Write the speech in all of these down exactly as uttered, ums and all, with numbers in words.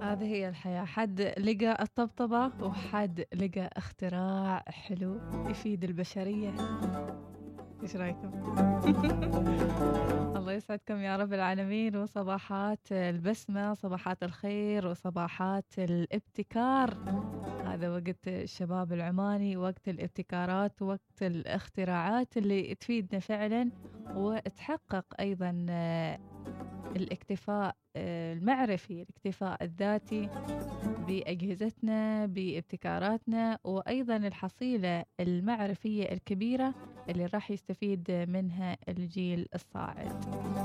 هذه هي الحياة، حد لقى الطبطبة وحد لقى اختراع حلو يفيد البشرية. ايش رايكم؟ الله يسعدكم يا رب العالمين، وصباحات البسمة، صباحات الخير، وصباحات الابتكار. هذا وقت الشباب العماني، وقت الابتكارات، وقت الاختراعات اللي تفيدنا فعلا وتحقق أيضا الاكتفاء المعرفي، الاكتفاء الذاتي بأجهزتنا، بابتكاراتنا، وأيضا الحصيلة المعرفية الكبيرة اللي راح يستفيد منها الجيل الصاعد.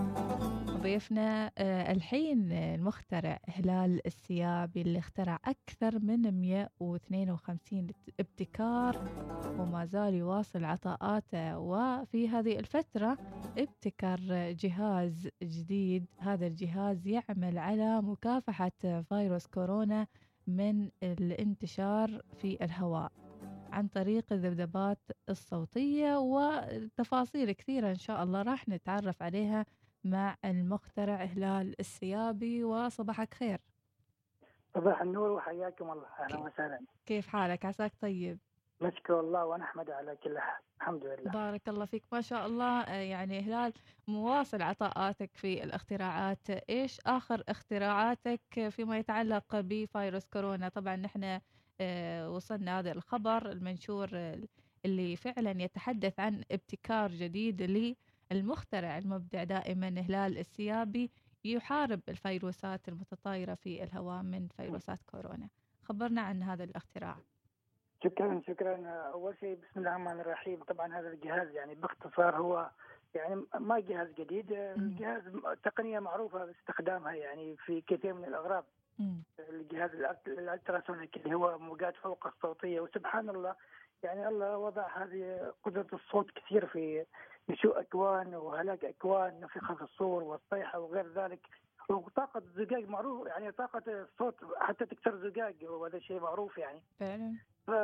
ضيفنا الحين المخترع هلال السيابي، اللي اخترع أكثر من مئة واثنين وخمسين ابتكار وما زال يواصل عطاءاته. وفي هذه الفترة ابتكر جهاز جديد، هذا الجهاز يعمل على مكافحة فيروس كورونا من الانتشار في الهواء عن طريق الذبذبات الصوتية، وتفاصيل كثيرة إن شاء الله راح نتعرف عليها مع المخترع هلال السيابي. وصباحك خير. صباح النور وحياكم الله، أهلا وسهلا. كيف حالك؟ عساك طيب؟ نشكر الله ونحمد على كل حال، الحمد لله. بارك الله فيك، ما شاء الله. يعني هلال مواصل عطاءاتك في الاختراعات، إيش آخر اختراعاتك فيما يتعلق بفيروس كورونا؟ طبعا نحن وصلنا هذا الخبر المنشور اللي فعلا يتحدث عن ابتكار جديد للمخترع المبدع دائما هلال السيابي يحارب الفيروسات المتطايرة في الهواء من فيروسات كورونا. خبرنا عن هذا الاختراع. شكرا شكرا. أول شيء بسم الله الرحمن الرحيم. طبعا هذا الجهاز يعني باختصار هو يعني ما جهاز جديد، الجهاز تقنية معروفة باستخدامها يعني في كثير من الأغراض. الجهاز الالتراسونيك اللي هو موجات فوق الصوتية، وسبحان الله يعني الله وضع هذه قدرة الصوت كثير في نشوء أكوان وهلاك أكوان، نفخ في الصور والصيحة وغير ذلك. وطاقة الزجاج معروف، يعني طاقة الصوت حتى تكسر زجاج، وهذا شيء معروف يعني فعلا.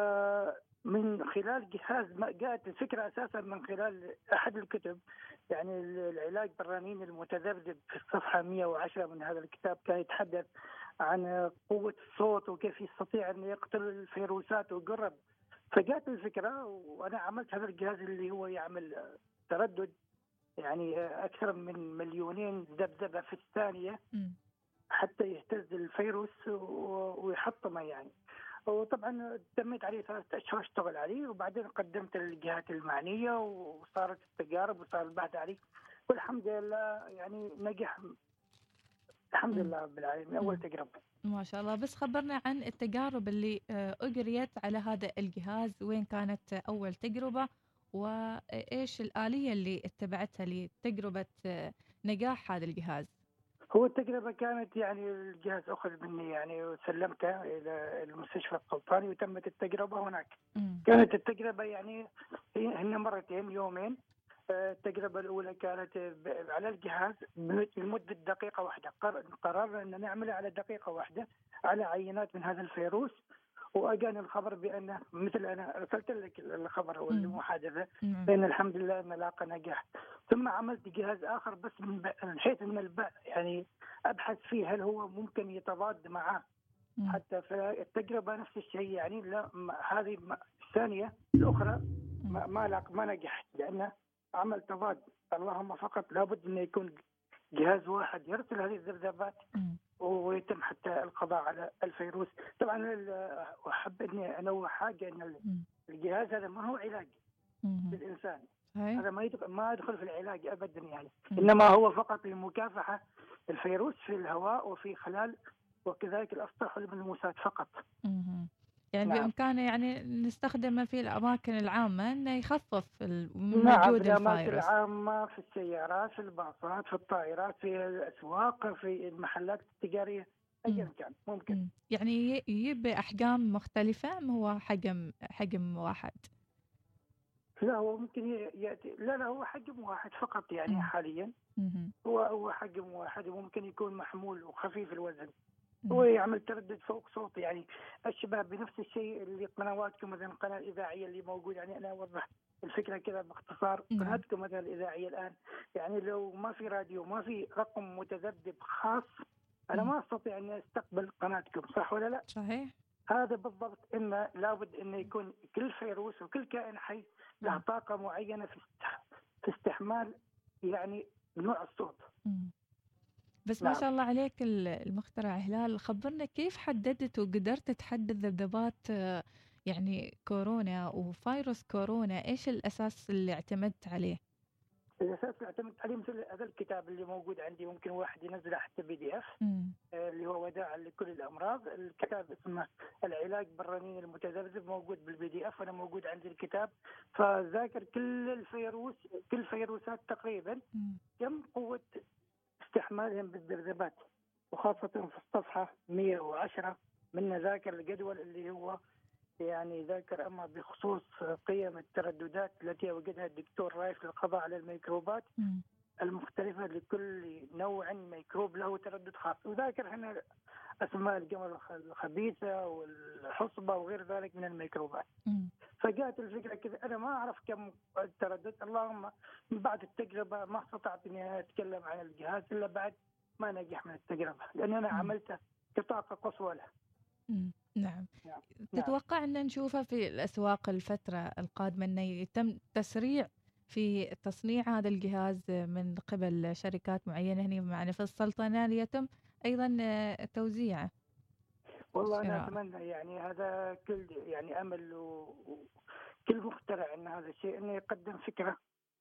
فمن خلال جهاز ما جاءت الفكرة أساسا من خلال أحد الكتب، يعني العلاج بالرنين المتذبذب في الصفحة مئة وعشرة من هذا الكتاب، كان يتحدث عن قوة الصوت وكيف يستطيع أن يقتل الفيروسات ويقرب. فجاءت الفكرة وأنا عملت هذا الجهاز اللي هو يعمل تردد يعني أكثر من مليونين ذبذبة في الثانية حتى يهتز الفيروس ويحطمه يعني. وطبعا تميت عليه ثلاثة أشهر اشتغل عليه، وبعدين قدمت للجهات المعنية وصارت التجارب وصار البحث عليه، والحمد لله يعني نجح الحمد مم. لله رب العالمين أول تجربة. ما شاء الله. بس خبرنا عن التجارب اللي أجريت على هذا الجهاز، وين كانت أول تجربة وإيش الآلية اللي اتبعتها لتجربة نجاح هذا الجهاز؟ هو التجربة كانت يعني الجهاز أخذ مني يعني وسلمته إلى المستشفى السلطاني وتمت التجربة هناك. م. كانت التجربة يعني هن مرتين يومين. التجربة الأولى كانت على الجهاز لمدة دقيقة واحدة، قررنا أن نعمل على دقيقة واحدة على عينات من هذا الفيروس، وأجاني الخبر بأنه مثل أنا أرسلت لك الخبر والمحادثة بأن الحمد لله أن لاقى نجاح. ثم عملت جهاز آخر بس من حيث من الباء يعني أبحث فيه هل هو ممكن يتضاد معه، حتى في التجربة نفس الشيء يعني. لا هذه الثانية الأخرى ما ما, ما نجحت لأنه عمل تضاد. اللهم فقط لابد أن يكون جهاز واحد يرسل هذه الذبذبات ويتم حتى القضاء على الفيروس. طبعا أحب أني أنوه حاجة أن الجهاز هذا ما هو علاج للإنسان، هذا ما يدخل ما يدخل في العلاج أبدا يعني، إنما هو فقط لمكافحة الفيروس في الهواء وفي خلال وكذلك الأسطح والملموسات فقط. يعني نعم. بإمكانه يعني نستخدمه في الأماكن العامة أنه يخفف من نعم وجود الفيروس. نعم في الأماكن العامة، في السيارات، في الباصات، في الطائرات، في الأسواق، في المحلات التجارية، أيا كان ممكن. مم. يعني يجيب أحجام مختلفة أم هو حجم حجم واحد؟ لا هو ممكن يأتي لا لا هو حجم واحد فقط يعني. مم. حاليا مم. هو هو حجم واحد وممكن يكون محمول وخفيف الوزن. مم. هو يعمل تردد فوق صوت يعني أشبه بنفس الشيء اللي قنواتكم مثلا القناة الإذاعية اللي موجود يعني. أنا أوضح الفكرة كذا باختصار. مم. قناتكم مثلا الإذاعية الآن يعني لو ما في راديو ما في رقم متذبذب خاص أنا ما أستطيع أن أستقبل قناتكم، صح ولا لا؟ صحيح. هذا بالضبط، إن لابد أن يكون كل فيروس وكل كائن حي له طاقة معينة في في استحمال يعني نوع الصوت. مم. بس ما نعم. شاء الله عليك المخترع هلال، خبرنا كيف حددت وقدرت تحدد ذبذبات يعني كورونا وفيروس كورونا؟ إيش الأساس اللي اعتمدت عليه؟ الأساس اللي اعتمدت عليه مثل هذا الكتاب اللي موجود عندي، ممكن واحد ينزله حتى بي دي اف، اللي هو وداعا لكل الأمراض. الكتاب اسمه العلاج بالرنين المتذبذب، موجود بالبي دي اف، أنا موجود عندي الكتاب. فذاكر كل الفيروس، كل فيروسات تقريبا كم قوة استحمالهم بالذبذبات، وخاصة في الصفحة مئة وعشرة من ذاكر الجدول اللي هو يعني ذاكر أما بخصوص قيم الترددات التي وجدها الدكتور رايف للقضاء على الميكروبات م. المختلفة، لكل نوع ميكروب له تردد خاص. وذاكر هنا أسماء القمر الخبيثة والحصبة وغير ذلك من الميكروبات. م. فجاءت الفكرة كذا، أنا ما أعرف كم التردد، اللهم من بعد التجربة ما استطعت أني أتكلم عن الجهاز إلا بعد ما نجح من التجربة، لأن أنا م. عملته كطاقة قصوى له. م. نعم. نعم. تتوقع أن نشوفه في الأسواق الفترة القادمة أنه يتم تسريع في تصنيع هذا الجهاز من قبل شركات معينة هنا معنا في السلطنة ليتم أيضا توزيعه؟ والله أنا أتمنى يعني هذا كل يعني أمل وكل مخترع أن هذا الشيء أنه يقدم فكرة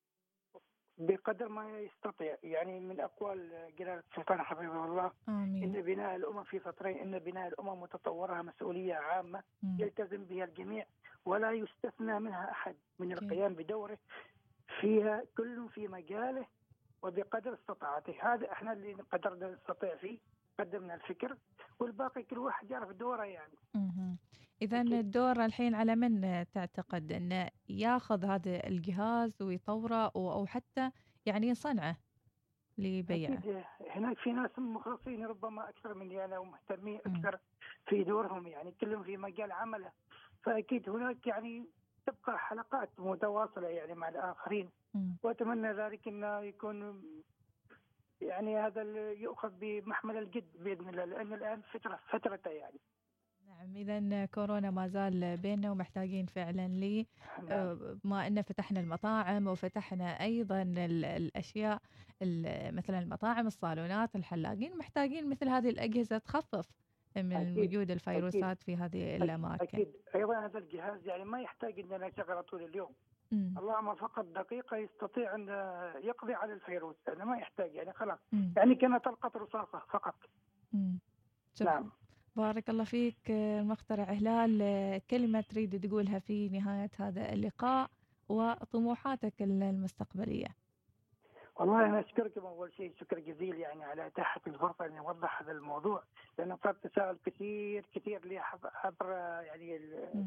بقدر ما يستطيع. يعني من أقوال جلالة السلطان حفظه الله آمين. إن بناء الأمم في سطرين، إن بناء الأمم وتطورها مسؤولية عامة م. يلتزم بها الجميع ولا يستثنى منها أحد من القيام بدوره فيها، كل في مجاله وبقدر استطاعته. هذا احنا اللي قدرنا نستطيع فيه، قدمنا الفكر، والباقي كل واحد يعرف دوره يعني. إذا الدور الحين على من تعتقد أنه ياخذ هذا الجهاز ويطوره أو حتى يعني صنعه لبيعه؟ أكيد هناك في ناس مخلصين ربما أكثر مني أنا ومهتمين أكثر في دورهم، يعني كلهم في مجال عمله. فأكيد هناك يعني تبقى حلقات متواصلة يعني مع الآخرين، م. وأتمنى ذلك أنه يكون يعني هذا يؤخذ بمحمل الجد بإذن الله، لأن الآن فترة فترته يعني. نعم. إذا كورونا ما زال بيننا ومحتاجين فعلا لي نعم. ما إن فتحنا المطاعم وفتحنا أيضا الأشياء مثلا المطاعم، الصالونات، الحلاقين، محتاجين مثل هذه الأجهزة تخفف من أكيد. وجود الفيروسات أكيد. في هذه الأماكن. أكيد. أيضا هذا الجهاز يعني ما يحتاج أن نشغله طول اليوم، م. اللهم فقط دقيقة يستطيع أن يقضي على الفيروس، يعني ما يحتاج يعني خلاص م. يعني كما تلقط رصاصة فقط. م. نعم. بارك الله فيك المخترع هلال، كلمة تريد تقولها في نهاية هذا اللقاء وطموحاتك المستقبلية؟ والله أنا أشكركم أول شيء شكر جزيل يعني على إتاحة الفرصة أن أوضح هذا الموضوع، لأنه صار تساؤل كثير كثير لي عبر يعني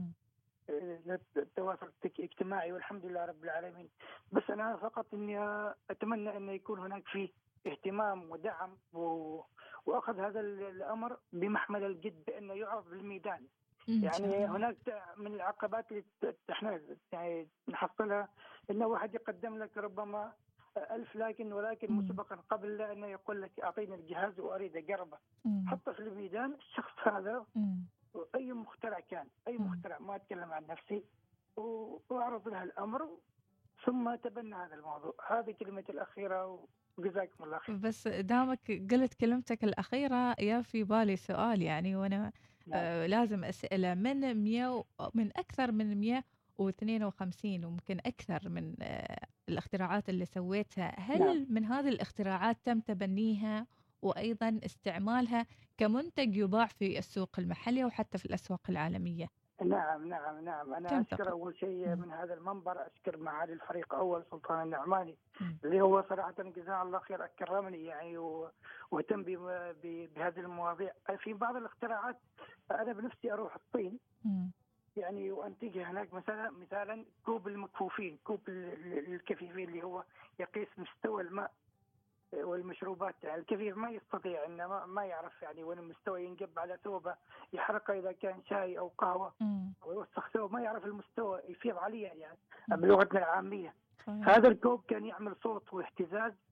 التواصل الاجتماعي، والحمد لله رب العالمين. بس أنا فقط إني أتمنى أن يكون هناك فيه اهتمام ودعم و... وأخذ هذا الأمر بمحمل الجد، بأنه يعرض بالميدان. يعني هناك من العقبات اللي احنا يعني نحصلها انه واحد يقدم لك ربما ألف لكن ولكن مسبقا قبل أنه يقول لك أعطيني الجهاز وأريد أجربه، حطه في الميدان. الشخص هذا مم. أي مخترع كان أي مخترع، ما أتكلم عن نفسي، وأعرض له الأمر ثم تبنى هذا الموضوع. هذه كلمتي الأخيرة وجزاكم الله خير. بس دامك قلت كلمتك الأخيرة يا في بالي سؤال يعني، وأنا آه لازم أسأله. من مية من أكثر من مية واثنين وخمسين وممكن أكثر من آه الاختراعات اللي سويتها، هل نعم. من هذه الاختراعات تم تبنيها وأيضا استعمالها كمنتج يباع في السوق المحلية وحتى في الأسواق العالمية؟ نعم نعم نعم أنا أشكر تقل. أول شيء من هذا المنبر أشكر معالي الفريق أول سلطان النعماني م. اللي هو صراحة جزاه الله خير أكرمني يعني واهتم بهذه المواضيع. في بعض الاختراعات أنا بنفسي أروح الصين م. يعني وأنتجها هناك، مثلا مثلا كوب المكفوفين، كوب الكفيفين اللي هو يقيس مستوى الماء والمشروبات. يعني الكثير ما يستطيع انه ما, ما يعرف يعني وين المستوى، ينقب على ثوبه يحرقه اذا كان شاي او قهوه او يوسخ ثوب، ما يعرف المستوى يفيض عليه يعني مم. بلغتنا العاميه. مم. هذا الكوب كان يعمل صوت واهتزاز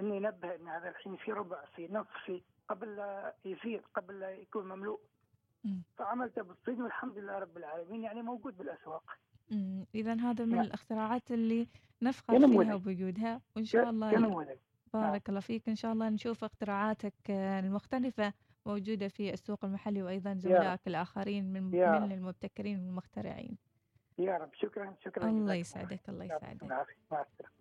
إنه ينبه إن هذا الحين في ربع في نص في قبل لا يفيض قبل لا يكون مملوء. مم. فعملته بالصين والحمد لله رب العالمين، يعني موجود بالأسواق. إذا هذا من نعم. الاختراعات اللي نفخر فيها كنموذج وبوجودها، وإن شاء الله ي- كنموذج. نعم. بارك الله فيك. إن شاء الله نشوف اختراعاتك آه، المختلفة موجودة في السوق المحلي، وأيضا يا رب زملائك الآخرين من يا من رب المبتكرين والمخترعين. يا رب. شكرا شكرا، الله جزاكم الله خير. يسعدك، الله يعطيكم يسعدك. العافية، مع السلامة.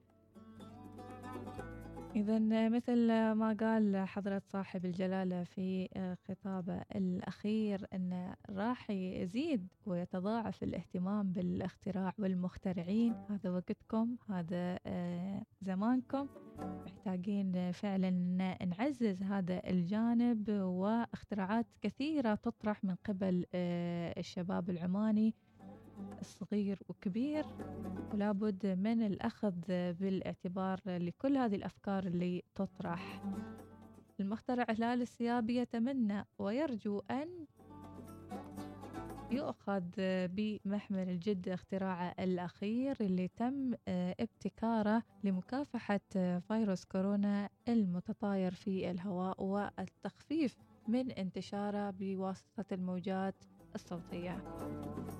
إذا مثل ما قال حضرة صاحب الجلالة في خطابه الأخير، أن راح يزيد ويتضاعف الاهتمام بالاختراع والمخترعين. هذا وقتكم، هذا زمانكم، محتاجين فعلا أن نعزز هذا الجانب، واختراعات كثيرة تطرح من قبل الشباب العماني صغير وكبير، ولا بد من الأخذ بالاعتبار لكل هذه الأفكار اللي تطرح. المخترع هلال السيابي يتمنى ويرجو أن يؤخذ بمحمل الجد اختراعه الأخير اللي تم ابتكاره لمكافحة فيروس كورونا المتطاير في الهواء والتخفيف من انتشاره بواسطة الموجات الصوتية.